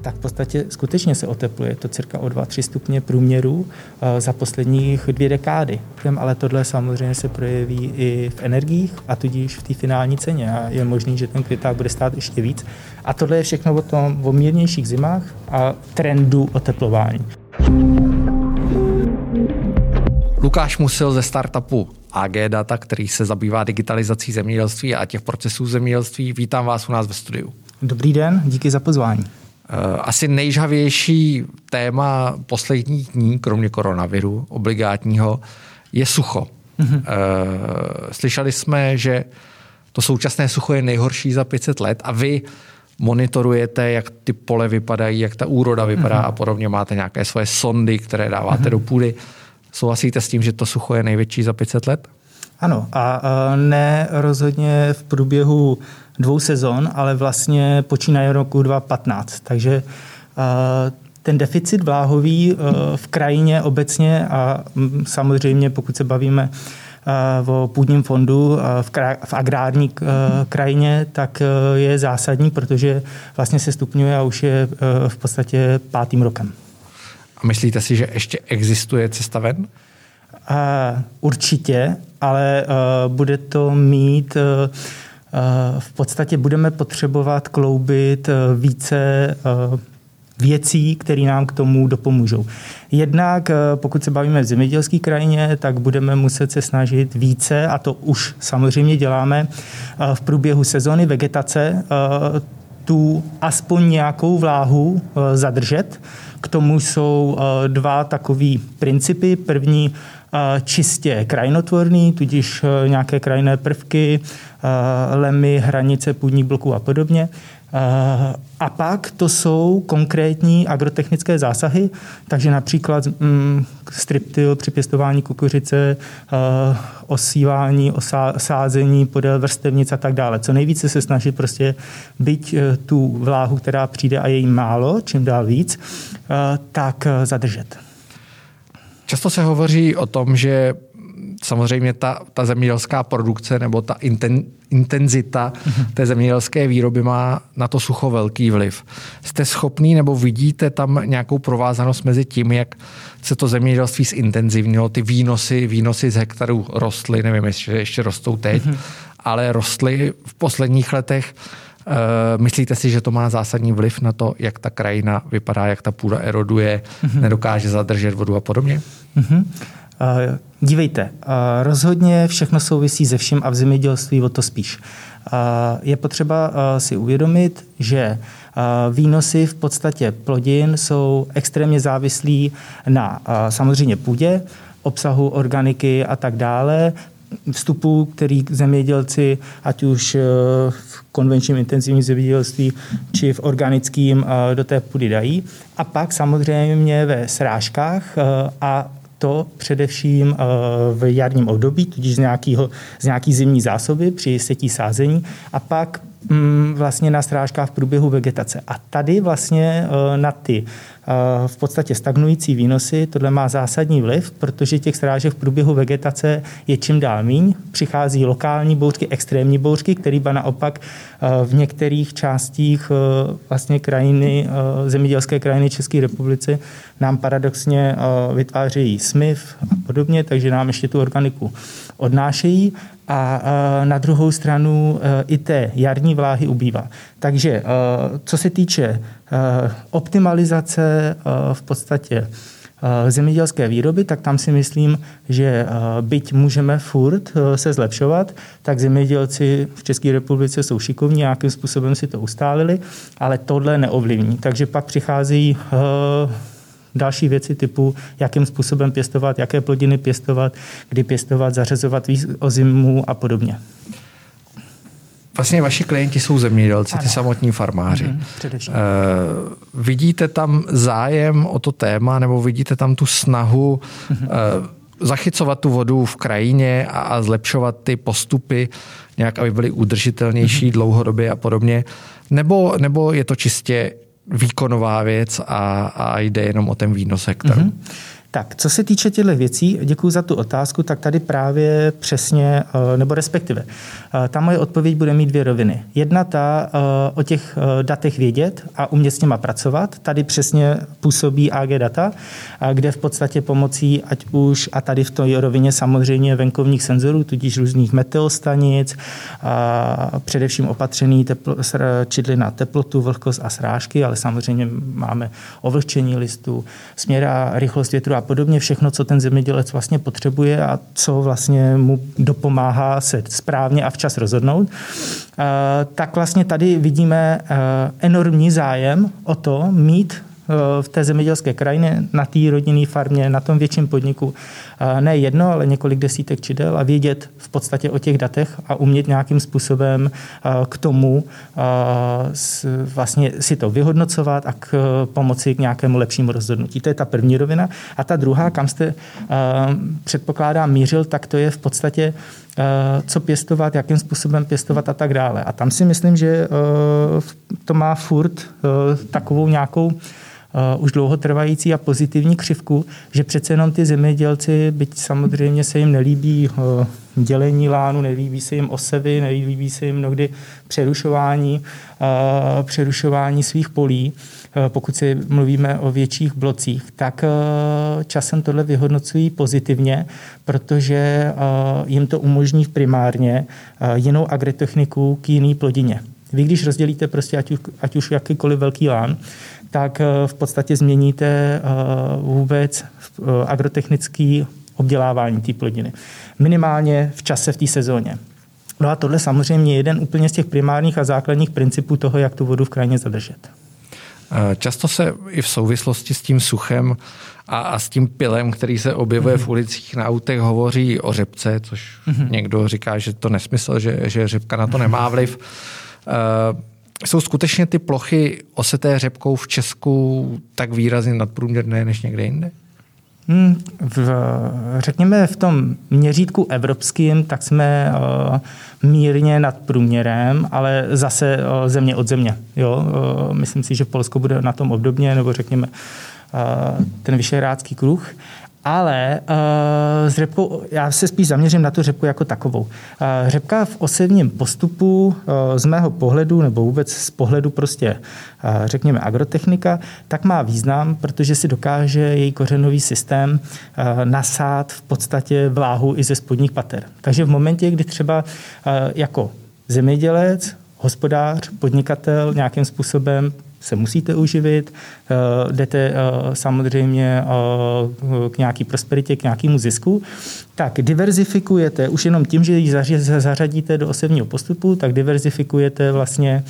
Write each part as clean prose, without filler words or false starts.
tak v podstatě skutečně se otepluje to cirka o 2-3 stupně průměru za posledních 2 dekády. Ale tohle samozřejmě se projeví i v energiích a tudíž v té finální ceně a je možný, že ten květák bude stát ještě víc. A tohle je všechno o mírnějších zimách a trendu oteplování. Lukáš Musil ze startupu AG Data, který se zabývá digitalizací zemědělství a těch procesů zemědělství. Vítám vás u nás ve studiu. Dobrý den, díky za pozvání. Asi nejžhavější téma posledních dní, kromě koronaviru obligátního, je sucho. Slyšeli jsme, že to současné sucho je nejhorší za 500 let a vy monitorujete, jak ty pole vypadají, jak ta úroda vypadá a podobně. Máte nějaké svoje sondy, které dáváte do půdy. Souhlasíte s tím, že to sucho je největší za 500 let? Ano, a ne rozhodně v průběhu 2 sezon, ale vlastně počínaje roku 2015. Takže ten deficit vláhový v krajině obecně a samozřejmě pokud se bavíme o půdním fondu v agrární krajině, tak je zásadní, protože vlastně se stupňuje a už je v podstatě 5. rokem. A myslíte si, že ještě existuje cesta ven? Určitě, ale bude to mít, v podstatě budeme potřebovat kloubit více věcí, které nám k tomu dopomůžou. Jednak, pokud se bavíme v zemědělské krajině, tak budeme muset se snažit více, a to už samozřejmě děláme v průběhu sezony vegetace, tu aspoň nějakou vláhu zadržet. K tomu jsou 2 takové principy. První čistě krajinotvorný, tudíž nějaké krajinné prvky, lemy, hranice půdních bloků a podobně. A pak to jsou konkrétní agrotechnické zásahy, takže například striptil při pěstování kukuřice, osívání, sázení podél vrstevnic a tak dále. Co nejvíce se snažit prostě byť tu vláhu, která přijde a je jí málo, čím dál víc, tak zadržet. Často se hovoří o tom, že samozřejmě ta zemědělská produkce nebo ta intenzita té zemědělské výroby má na to sucho velký vliv. Jste schopný nebo vidíte tam nějakou provázanost mezi tím, jak se to zemědělství zintenzivnilo, ty výnosy z hektarů rostly, nevím, jestli ještě rostou teď, ale rostly v posledních letech. Myslíte si, že to má zásadní vliv na to, jak ta krajina vypadá, jak ta půda eroduje, nedokáže zadržet vodu a podobně? Dívejte, rozhodně všechno souvisí se vším a v zemědělství o to spíš. Je potřeba si uvědomit, že výnosy v podstatě plodin jsou extrémně závislí na samozřejmě půdě, obsahu organiky a tak dále, vstupu, který zemědělci, ať už v konvenčním intenzivním zemědělství, či v organickým do té půdy dají. A pak samozřejmě ve srážkách a to především v jarním období, tudíž z nějaký zimní zásoby při setí sázení a pak vlastně na srážkách v průběhu vegetace. A tady vlastně na ty v podstatě stagnující výnosy tohle má zásadní vliv, protože těch srážek v průběhu vegetace je čím dál míň. Přichází lokální bouřky, extrémní bouřky, které ba naopak v některých částích vlastně krajiny, zemědělské krajiny České republiky nám paradoxně vytvářejí smyv a podobně, takže nám ještě tu organiku odnášejí. A na druhou stranu i té jarní vláhy ubývá. Takže co se týče optimalizace v podstatě zemědělské výroby, tak tam si myslím, že byť můžeme furt se zlepšovat, tak zemědělci v České republice jsou šikovní, nějakým způsobem si to ustálili, ale tohle neovlivní. Takže pak přichází další věci typu, jakým způsobem pěstovat, jaké plodiny pěstovat, kdy pěstovat, zařazovat zimu a podobně. Vlastně vaši klienti jsou zemědělci, ty samotní farmáři. Vidíte tam zájem o to téma, nebo vidíte tam tu snahu zachycovat tu vodu v krajině a zlepšovat ty postupy nějak, aby byly udržitelnější dlouhodobě a podobně? Nebo je to čistě výkonová věc a jde jenom o ten výnos hektaru? Tak, co se týče těchto věcí, děkuji za tu otázku, tak tady právě přesně, nebo respektive, ta moje odpověď bude mít 2 roviny. Jedna ta o těch datech vědět a umět s nima pracovat. Tady přesně působí AG Data, kde v podstatě pomocí, ať už, a tady v té rovině samozřejmě venkovních senzorů, tudíž různých meteostanic, především opatřený čidly na teplotu, vlhkost a srážky, ale samozřejmě máme ovlhčení listů, směr a rychlost větru a podobně, všechno, co ten zemědělec vlastně potřebuje a co vlastně mu dopomáhá se správně a včas rozhodnout. Tak vlastně tady vidíme enormní zájem o to mít v té zemědělské krajině, na té rodinné farmě, na tom větším podniku ne jedno, ale několik desítek čidel a vědět v podstatě o těch datech a umět nějakým způsobem k tomu vlastně si to vyhodnocovat a k pomoci k nějakému lepšímu rozhodnutí. To je ta první rovina. A ta druhá, kam jste předpokládám mířil, tak to je v podstatě co pěstovat, jakým způsobem pěstovat a tak dále. A tam si myslím, že to má furt takovou nějakou už dlouhotrvající a pozitivní křivku, že přece jenom ty zemědělci, byť samozřejmě se jim nelíbí dělení lánu, nelíbí se jim osevy, nelíbí se jim mnohdy přerušování svých polí, pokud si mluvíme o větších blocích, tak časem tohle vyhodnocují pozitivně, protože jim to umožní primárně jinou agrotechniku k jiný plodině. Vy, když rozdělíte prostě ať už jakýkoliv velký lán, tak v podstatě změníte vůbec agrotechnický obdělávání té plodiny. Minimálně v čase v té sezóně. No a tohle samozřejmě je jeden úplně z těch primárních a základních principů toho, jak tu vodu v krajině zadržet. Často se i v souvislosti s tím suchem a s tím pilem, který se objevuje v ulicích na autech, hovoří o řepce, což někdo říká, že to nesmysl, že řepka na to nemá vliv. Jsou skutečně ty plochy oseté řepkou v Česku tak výrazně nadprůměrné než někde jinde? Řekněme v tom měřítku evropským, tak jsme mírně nad průměrem, ale zase země od země. Jo? Myslím si, že Polsko bude na tom obdobně, nebo řekněme ten Vyšehradský kruh. Ale s řepkou, já se spíš zaměřím na tu řepku jako takovou. Řepka v osevním postupu z mého pohledu, nebo vůbec z pohledu prostě, řekněme, agrotechnika, tak má význam, protože si dokáže její kořenový systém nasát v podstatě vláhu i ze spodních pater. Takže v momentě, kdy třeba jako zemědělec, hospodář, podnikatel nějakým způsobem se musíte uživit, jdete samozřejmě k nějaký prosperitě, k nějakému zisku, tak diverzifikujete, už jenom tím, že ji zařadíte do osevního postupu, tak diverzifikujete vlastně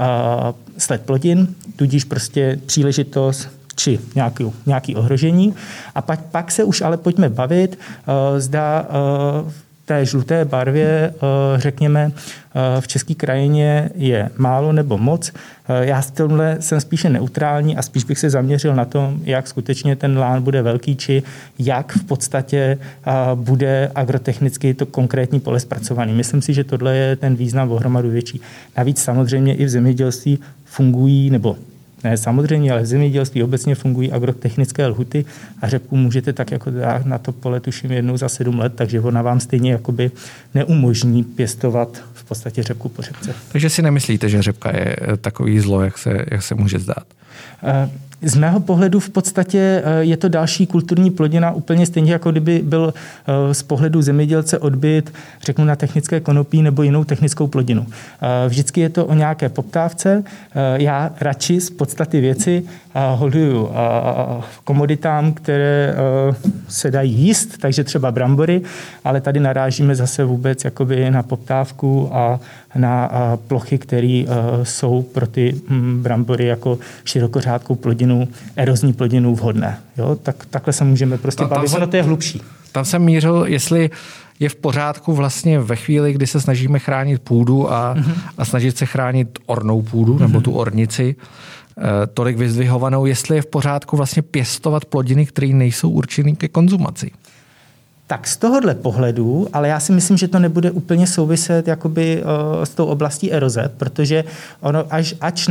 sled plodin, tudíž prostě příležitost či nějaký ohrožení. A pak se už ale pojďme bavit, zda té žluté barvě, řekněme, v české krajině je málo nebo moc. Já s tomhle jsem spíše neutrální a spíš bych se zaměřil na tom, jak skutečně ten lán bude velký, či jak v podstatě bude agrotechnicky to konkrétní pole zpracovaný. Myslím si, že tohle je ten význam ohromadu větší. Navíc samozřejmě i v zemědělství fungují, nebo ne samozřejmě, ale v zemědělství obecně fungují agrotechnické lhuty a řepku můžete tak jako na to pole tuším jednou za 7 let, takže ona vám stejně jakoby neumožní pěstovat v podstatě řepku po řepce. Takže si nemyslíte, že řepka je takový zlo, jak se může zdát? Z mého pohledu v podstatě je to další kulturní plodina, úplně stejně jako kdyby byl z pohledu zemědělce odbyt, řeknu, na technické konopí nebo jinou technickou plodinu. Vždycky je to o nějaké poptávce. Já radši z podstaty věci hoduju komoditám, které se dají jíst, takže třeba brambory, ale tady narážíme zase vůbec jakoby na poptávku a na plochy, které jsou pro ty brambory jako širokořádkou plodinu, erozní plodinu vhodné. Jo? Takhle se můžeme prostě bavit, ono to je hlubší. Tam jsem mířil, jestli je v pořádku vlastně ve chvíli, kdy se snažíme chránit půdu a snažit se chránit ornou půdu nebo tu ornici, tolik vyzdvihovanou, jestli je v pořádku vlastně pěstovat plodiny, které nejsou určené ke konzumaci. Tak z tohohle pohledu, ale já si myslím, že to nebude úplně souviset jakoby s tou oblastí eroze, protože ono až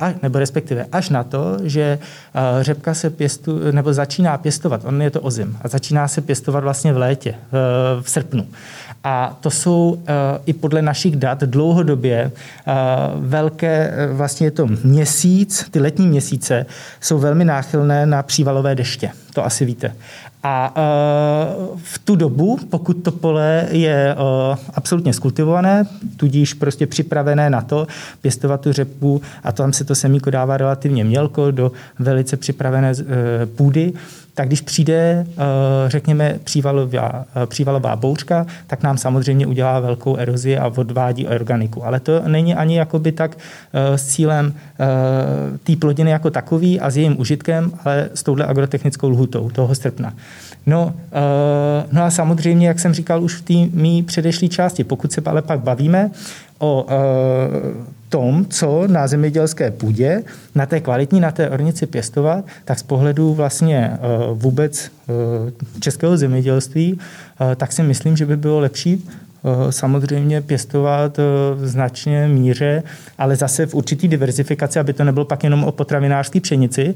na to, že řepka se pěstuje, nebo začíná pěstovat, on je to ozim, a začíná se pěstovat vlastně v létě, v srpnu. A to jsou i podle našich dat dlouhodobě velké, vlastně je to měsíc, ty letní měsíce jsou velmi náchylné na přívalové deště, to asi víte. A v tu dobu, pokud to pole je absolutně skultivované, tudíž prostě připravené na to pěstovat tu řepku, a tam se to semíko dává relativně mělko do velice připravené půdy, tak když přijde, řekněme, přívalová bouřka, tak nám samozřejmě udělá velkou erozi a odvádí organiku. Ale to není ani jakoby tak s cílem té plodiny jako takový a s jejím užitkem, ale s touhle agrotechnickou lhutou toho srpna. No a samozřejmě, jak jsem říkal už v té mý předešlé části, pokud se ale pak bavíme o tom, co na zemědělské půdě, na té kvalitní, na té ornici pěstovat, tak z pohledu vlastně vůbec českého zemědělství, tak si myslím, že by bylo lepší samozřejmě pěstovat v značné míře, ale zase v určitý diverzifikaci, aby to nebylo pak jenom o potravinářské pšenici,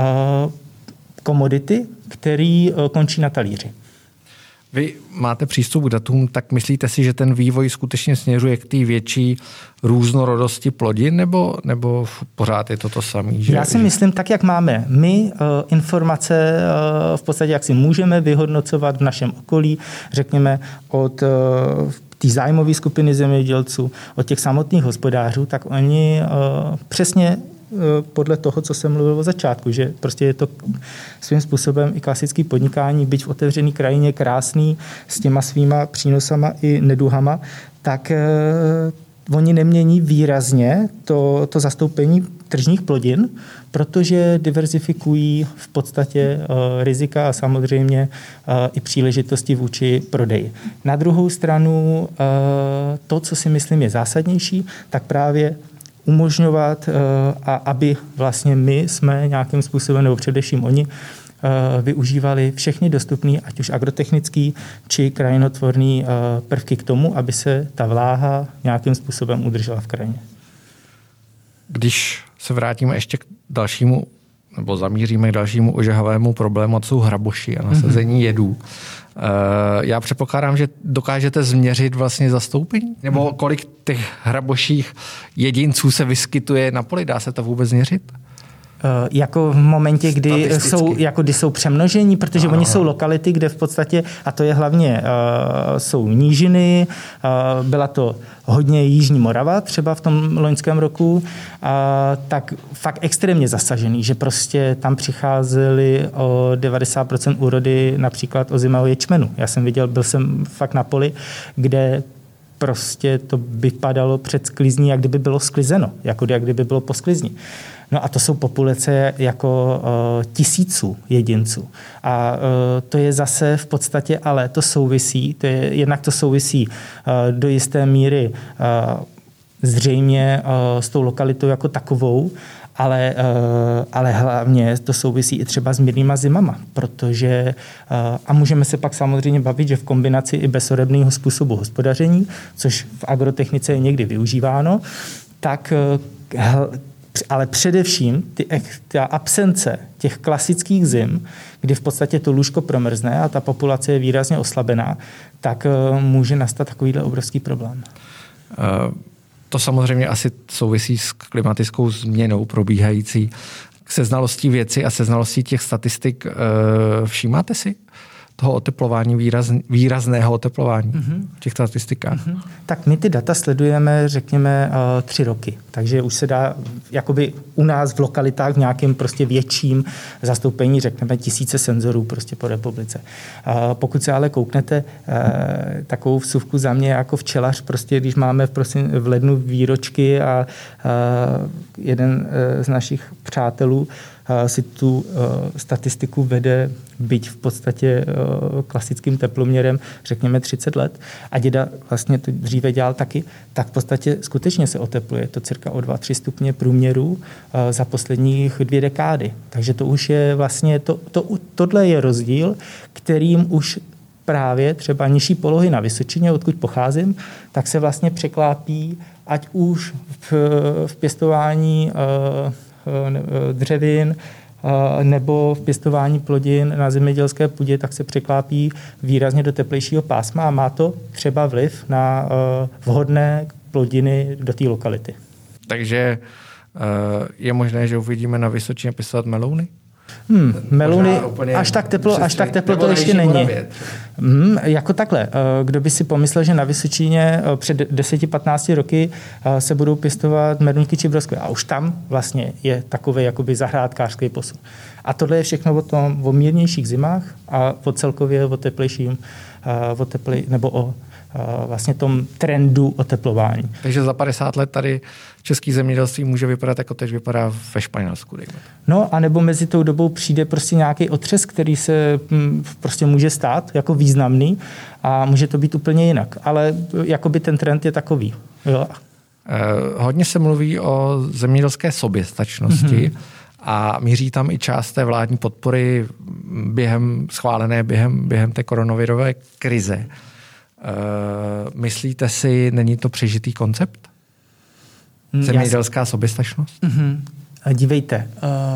komodity, který končí na talíři. Vy máte přístup k datům, tak myslíte si, že ten vývoj skutečně směřuje k té větší různorodosti plodin, nebo pořád je to samé? Já si myslím, tak jak máme my informace v podstatě, jak si můžeme vyhodnocovat v našem okolí, řekněme od té zájmové skupiny zemědělců, od těch samotných hospodářů, tak oni přesně podle toho, co jsem mluvil o začátku, že prostě je to svým způsobem i klasický podnikání, byť v otevřený krajině krásný, s těma svýma přínosama i neduhama, tak oni nemění výrazně to zastoupení tržních plodin, protože diverzifikují v podstatě rizika a samozřejmě i příležitosti vůči prodeji. Na druhou stranu to, co si myslím je zásadnější, tak právě umožňovat, a aby vlastně my jsme nějakým způsobem, nebo především oni, využívali všechny dostupné, ať už agrotechnický, či krajinotvorný prvky k tomu, aby se ta vláha nějakým způsobem udržela v krajině. Když se vrátíme ještě k dalšímu, nebo zamíříme k dalšímu ožehavému problému, to jsou hraboši a nasazení jedů. Já předpokládám, že dokážete změřit vlastně zastoupení? Nebo kolik těch hraboších jedinců se vyskytuje na poli? Dá se to vůbec změřit? Jako v momentě, kdy jsou přemnožení, protože oni jsou lokality, kde v podstatě, a to je hlavně, jsou nížiny, byla to hodně Jižní Morava, třeba v tom loňském roku, tak fakt extrémně zasažený, že prostě tam přicházely o 90% úrody například ozimého ječmenu. Já jsem viděl, byl jsem fakt na poli, kde prostě to vypadalo před sklizní, jak kdyby bylo sklizeno, jako jak kdyby bylo po sklizni. No a to jsou populace jako tisíců jedinců. A to je zase v podstatě, ale to souvisí, jednak to souvisí do jisté míry zřejmě s tou lokalitou jako takovou, ale hlavně to souvisí i třeba s mírnýma zimama, protože, a můžeme se pak samozřejmě bavit, že v kombinaci i bezorebného způsobu hospodaření, což v agrotechnice je někdy využíváno, tak ale především ta absence těch klasických zim, kdy v podstatě to lůžko promrzne a ta populace je výrazně oslabená, tak může nastat takovýhle obrovský problém. To samozřejmě asi souvisí s klimatickou změnou probíhající. Se znalostí věci a se znalostí těch statistik všímáte si toho oteplování, výrazného oteplování v těch statistikách? Tak my ty data sledujeme, řekněme, 3 roky. Takže už se dá, jakoby u nás v lokalitách v nějakém prostě větším zastoupení, řekněme, tisíce senzorů prostě po republice. Pokud se ale kouknete takovou vsuvku za mě jako včelař, prostě když máme v lednu výročky a jeden z našich přátelů si tu statistiku vede, byť v podstatě klasickým teploměrem, řekněme 30 let, a děda vlastně to dříve dělal taky, tak v podstatě skutečně se otepluje to cirka o 2-3 stupně průměru za posledních 2 dekády. Takže to už je vlastně, tohle je rozdíl, kterým už právě třeba nižší polohy na Vysočině, odkud pocházím, tak se vlastně překlápí, ať už v pěstování dřevin nebo v pěstování plodin na zemědělské půdě, tak se překlápí výrazně do teplejšího pásma a má to třeba vliv na vhodné plodiny do té lokality. Takže je možné, že uvidíme na Vysočině pěstovat melouny? Melouny, až tak teplo to ještě není. Jako takhle. Kdo by si pomyslel, že na Vysočině před 10-15 roky se budou pěstovat meruňky či broskve. A už tam vlastně je takový jakoby zahrádkářský posun. A tohle je všechno o mírnějších zimách a celkově o teplejším, nebo o vlastně tom trendu oteplování. Takže za 50 let tady český zemědělství může vypadat, jako teď vypadá ve Španělsku. No, anebo mezi tou dobou přijde prostě nějaký otřes, který se prostě může stát jako významný a může to být úplně jinak. Ale jakoby ten trend je takový. Jo. Hodně se mluví o zemědělské soběstačnosti a míří tam i část té vládní podpory schválené během té koronavirové krize. Myslíte si, není to přežitý koncept? Zemědělská soběstačnost? Dívejte,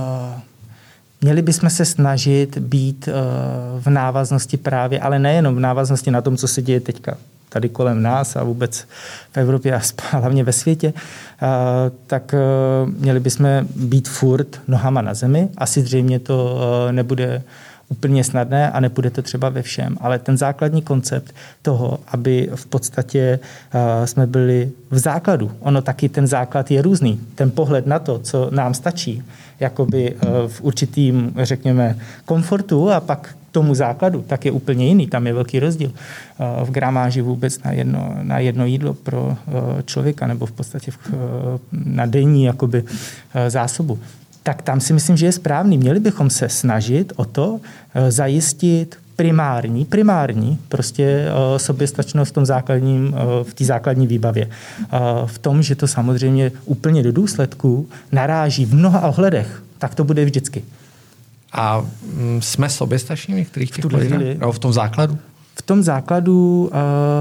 měli bychom se snažit být v návaznosti právě, ale nejenom v návaznosti na tom, co se děje teďka tady kolem nás a vůbec v Evropě a hlavně ve světě, tak měli bychom být furt nohama na zemi. Asi zřejmě to nebude úplně snadné a nepůjde to třeba ve všem, ale ten základní koncept toho, aby v podstatě jsme byli v základu. Ono taky ten základ je různý. Ten pohled na to, co nám stačí, jakoby v určitým, řekněme, komfortu a pak tomu základu, tak je úplně jiný. Tam je velký rozdíl v gramáži vůbec na jedno jídlo pro člověka nebo v podstatě na denní jakoby zásobu. Tak tam si myslím, že je správný. Měli bychom se snažit o to zajistit primární prostě soběstačnost v té základní výbavě. V tom, že to samozřejmě úplně do důsledků naráží v mnoha ohledech, tak to bude vždycky. A jsme soběstační v některých těch plodinách? V tom základu? V tom základu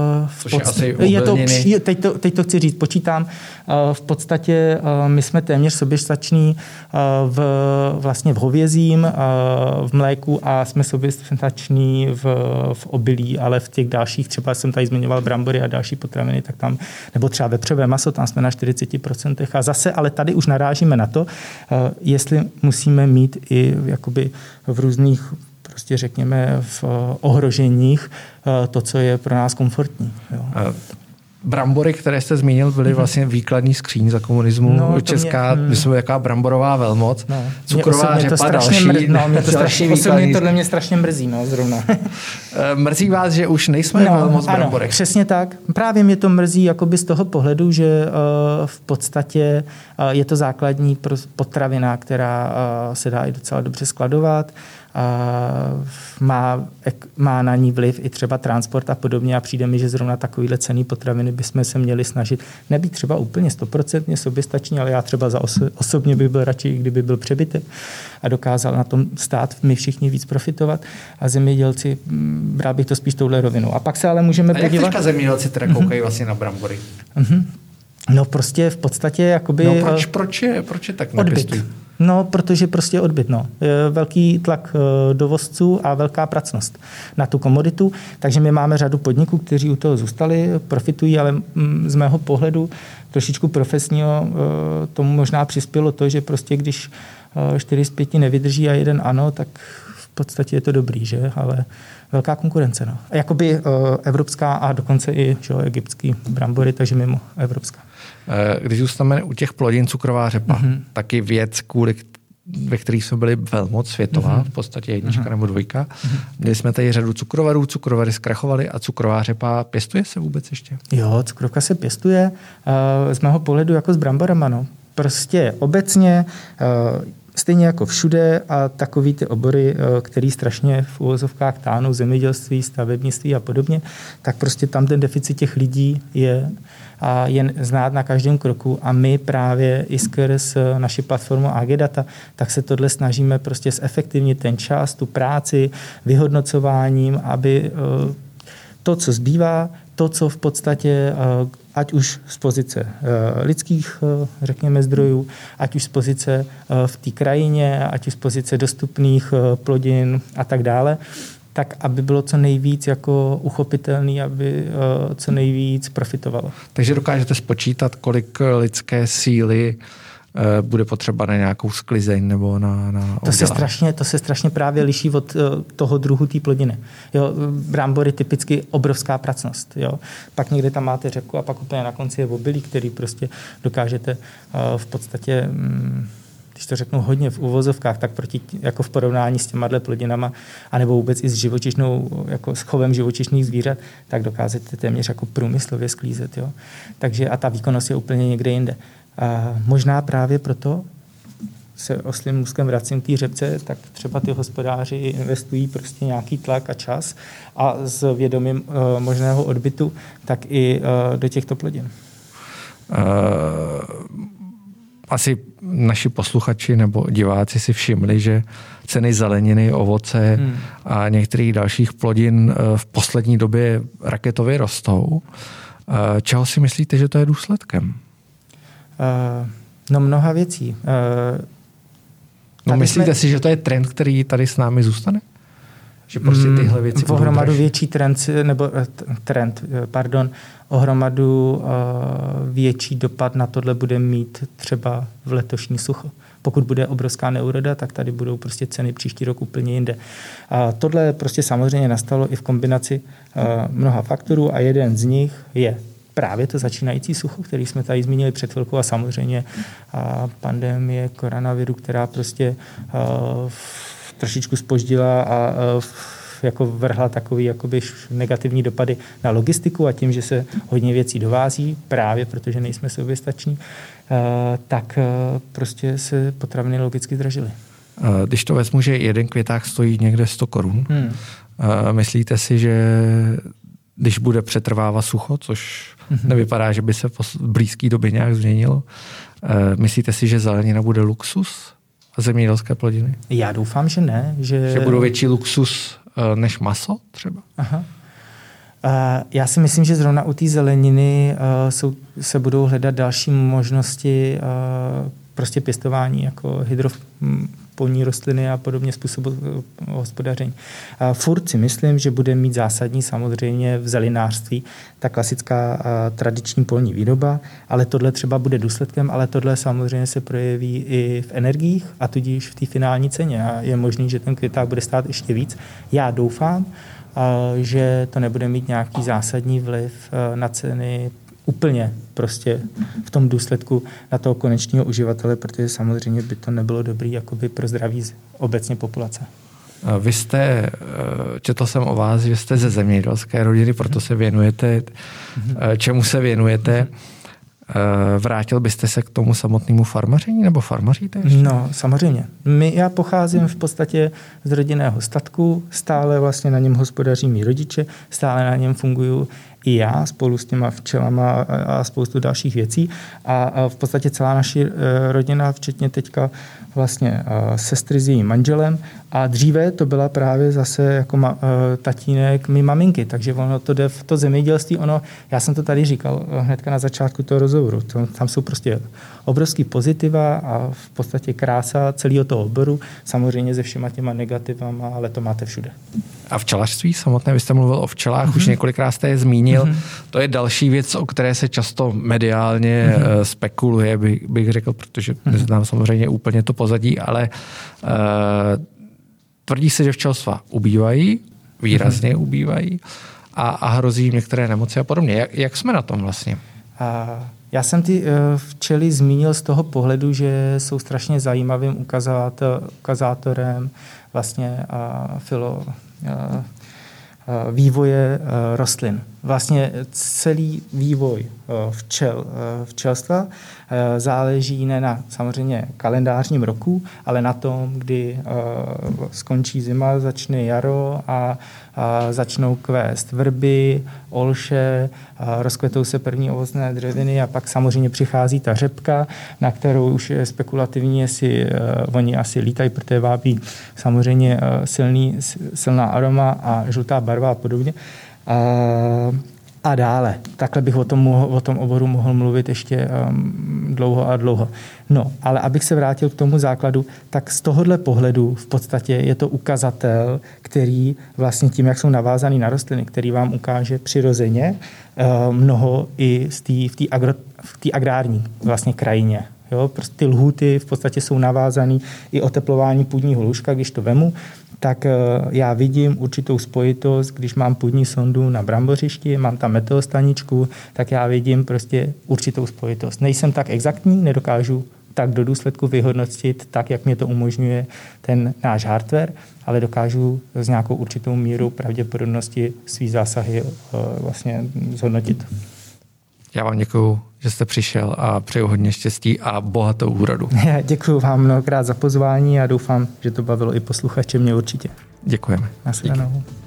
teď to chci říct, počítám, v podstatě my jsme téměř soběstační vlastně v hovězím, v mléku a jsme soběstační v obilí, ale v těch dalších, třeba jsem tady zmiňoval brambory a další potraviny, tak tam, nebo třeba vepřové maso, tam jsme na 40%. A zase, ale tady už narážíme na to, jestli musíme mít i jakoby v různých prostě řekněme v ohroženích to, co je pro nás komfortní. Jo. Brambory, které jste zmínil, byly vlastně výkladní skříň za komunismu. No, Česká, my jsme jaká bramborová velmoc, cukrová řepa, další. Tohle mě strašně mrzí, zrovna. Mrzí vás, že už nejsme velmoc bramborek? Přesně tak. Právě mě to mrzí jakoby z toho pohledu, že v podstatě je to základní potravina, která se dá i docela dobře skladovat. Má na ní vliv i třeba transport a podobně a přijde mi, že zrovna takovýhle cenný potraviny bychom se měli snažit nebýt třeba úplně 100% soběstační, ale já třeba osobně bych byl radši, kdyby byl přebytek a dokázal na tom stát my všichni víc profitovat a zemědělci, bral bych to spíš touhle rovinou. A pak se ale můžeme podívat... A jak teďka zemědělci teda koukají vlastně na brambory? No prostě v podstatě jakoby... No proč je tak nepěstují? No, protože prostě odbyt, je velký tlak dovozců a velká pracnost na tu komoditu, takže my máme řadu podniků, kteří u toho zůstali, profitují, ale z mého pohledu trošičku profesního tomu možná přispělo to, že prostě když 4 z 5 nevydrží a jeden ano, tak v podstatě je to dobrý, že? Ale velká konkurence, A jakoby evropská a dokonce i egyptský brambory, takže mimo evropská. Když zůstaneme u těch plodin cukrová řepa, taky věc, ve kterých jsme byli velmoc světová, v podstatě 1 nebo 2. Měli jsme tady řadu cukrovarů, cukrovary zkrachovaly a cukrová řepa pěstuje se vůbec ještě? Jo, cukrovka se pěstuje z mého pohledu jako s bramborama, Prostě obecně stejně jako všude a takový ty obory, který strašně v uvozovkách táhnou, zemědělství, stavebnictví a podobně, tak prostě tam ten deficit těch lidí je a je znát na každém kroku a my právě i skrz naši platformu AG Data, tak se tohle snažíme prostě zefektivnit ten čas, tu práci, vyhodnocováním, aby to, co zbývá, to, co v podstatě, ať už z pozice lidských, řekněme, zdrojů, ať už z pozice v té krajině, ať už z pozice dostupných plodin a tak dále, tak aby bylo co nejvíc jako uchopitelný, aby co nejvíc profitovalo. Takže dokážete spočítat, kolik lidské síly bude potřeba na nějakou sklizeň nebo na to se strašně právě liší od toho druhu té plodiny. Jo, brambory typicky obrovská pracnost. Jo. Pak někde tam máte řepku a pak úplně na konci je obilí, který prostě dokážete v podstatě, když to řeknu hodně v uvozovkách, tak jako v porovnání s těma plodinama, anebo vůbec i s živočišnou, jako s chovem živočišných zvířat, tak dokážete téměř jako průmyslově sklízet. Jo. Takže a ta výkonnost je úplně někde jinde. A možná právě proto se oslím můstkem vracím k té řepce, tak třeba ty hospodáři investují prostě nějaký tlak a čas a s vědomím možného odbytu, tak i do těchto plodin. Asi naši posluchači nebo diváci si všimli, že ceny zeleniny, ovoce a některých dalších plodin v poslední době raketově rostou. Čeho si myslíte, že to je důsledkem? No mnoha věcí. Myslíte si, že to je trend, který tady s námi zůstane? Že prostě tyhle věci budou ohromadu větší ohromadu větší dopad na tohle bude mít třeba v letošní sucho. Pokud bude obrovská neúroda, tak tady budou prostě ceny příští rok úplně jinde. A tohle prostě samozřejmě nastalo i v kombinaci mnoha faktorů a jeden z nich je právě to začínající sucho, který jsme tady zmínili před chvilkou a samozřejmě pandemie koronaviru, která prostě trošičku zpoždila a jako vrhla takový jakoby negativní dopady na logistiku a tím, že se hodně věcí dovází, právě protože nejsme soběstační, tak prostě se potraviny logicky zdražily. Když to vezmu, že jeden květák stojí někde 100 korun, myslíte si, že když bude přetrvávat sucho, což nevypadá, že by se v blízké době nějak změnilo, myslíte si, že zelenina bude luxus a zemědělské plodiny? Já doufám, že ne. Že budou větší luxus než maso třeba? Aha. Já si myslím, že zrovna u té zeleniny se budou hledat další možnosti prostě pěstování, jako hydroponní rostliny a podobně způsobu hospodaření. Furt si myslím, že bude mít zásadní samozřejmě v zelinářství ta klasická tradiční polní výroba, ale tohle třeba bude důsledkem, ale tohle samozřejmě se projeví i v energiích a tudíž v té finální ceně. A je možný, že ten květák bude stát ještě víc. Já doufám, že to nebude mít nějaký zásadní vliv na ceny úplně prostě v tom důsledku na toho konečního uživatele, protože samozřejmě by to nebylo dobrý jakoby pro zdraví obecně populace. Vy jste, četl jsem o vás, že jste ze zemědělské rodiny, proto se věnujete, čemu se věnujete. Vrátil byste se k tomu samotnému farmaření nebo farmaříte ještě? No, samozřejmě. Já pocházím v podstatě z rodinného statku, stále vlastně na něm hospodaří mý rodiče, stále na něm funguju i já spolu s těma včelama a spoustu dalších věcí a v podstatě celá naše rodina, včetně teďka vlastně sestry s jejím manželem a dříve to byla právě zase jako tatínek mý maminky, takže ono to jde v to zemědělství, já jsem to tady říkal hnedka na začátku toho rozhovoru, tam jsou prostě obrovský pozitiva a v podstatě krása celého toho oboru, samozřejmě se všema těma negativama, ale to máte všude. A včelařství samotné, vy jste mluvil o včelách, už několikrát jste je zmínil. To je další věc, o které se často mediálně spekuluje, bych řekl, protože neznám samozřejmě úplně to pozadí, ale tvrdí se, že včelstva ubývají, výrazně ubývají a hrozí jim některé nemoci a podobně. Jak jsme na tom vlastně? Já jsem ty včely zmínil z toho pohledu, že jsou strašně zajímavým vývoje rostlin. Vlastně celý vývoj včelstva záleží ne na samozřejmě kalendářním roku, ale na tom, kdy skončí zima, začne jaro a začnou kvést vrby, olše, rozkvetou se první ovocné dřeviny a pak samozřejmě přichází ta řepka, na kterou už je spekulativní, jestli oni asi lítají, protože vábí samozřejmě silná aroma a žlutá barva a podobně. A dále. Takhle bych o tom oboru mohl mluvit ještě dlouho a dlouho. No, ale abych se vrátil k tomu základu, tak z tohohle pohledu v podstatě je to ukazatel, který vlastně tím, jak jsou navázaný na rostliny, který vám ukáže přirozeně mnoho i v té agrární vlastně krajině. Jo, prostě ty lhůty v podstatě jsou navázané i oteplování půdního lůžka, když to vemu, tak já vidím určitou spojitost, když mám půdní sondu na brambořišti, mám tam meteostaničku, tak já vidím prostě určitou spojitost. Nejsem tak exaktní, nedokážu tak do důsledku vyhodnotit tak, jak mě to umožňuje ten náš hardware, ale dokážu s nějakou určitou mírou pravděpodobnosti svý zásahy vlastně zhodnotit. Já vám děkuju, že jste přišel a přeju hodně štěstí a bohatou úrodu. Děkuju vám mnohokrát za pozvání a doufám, že to bavilo i posluchače, mě určitě. Děkujeme. Nashledanou.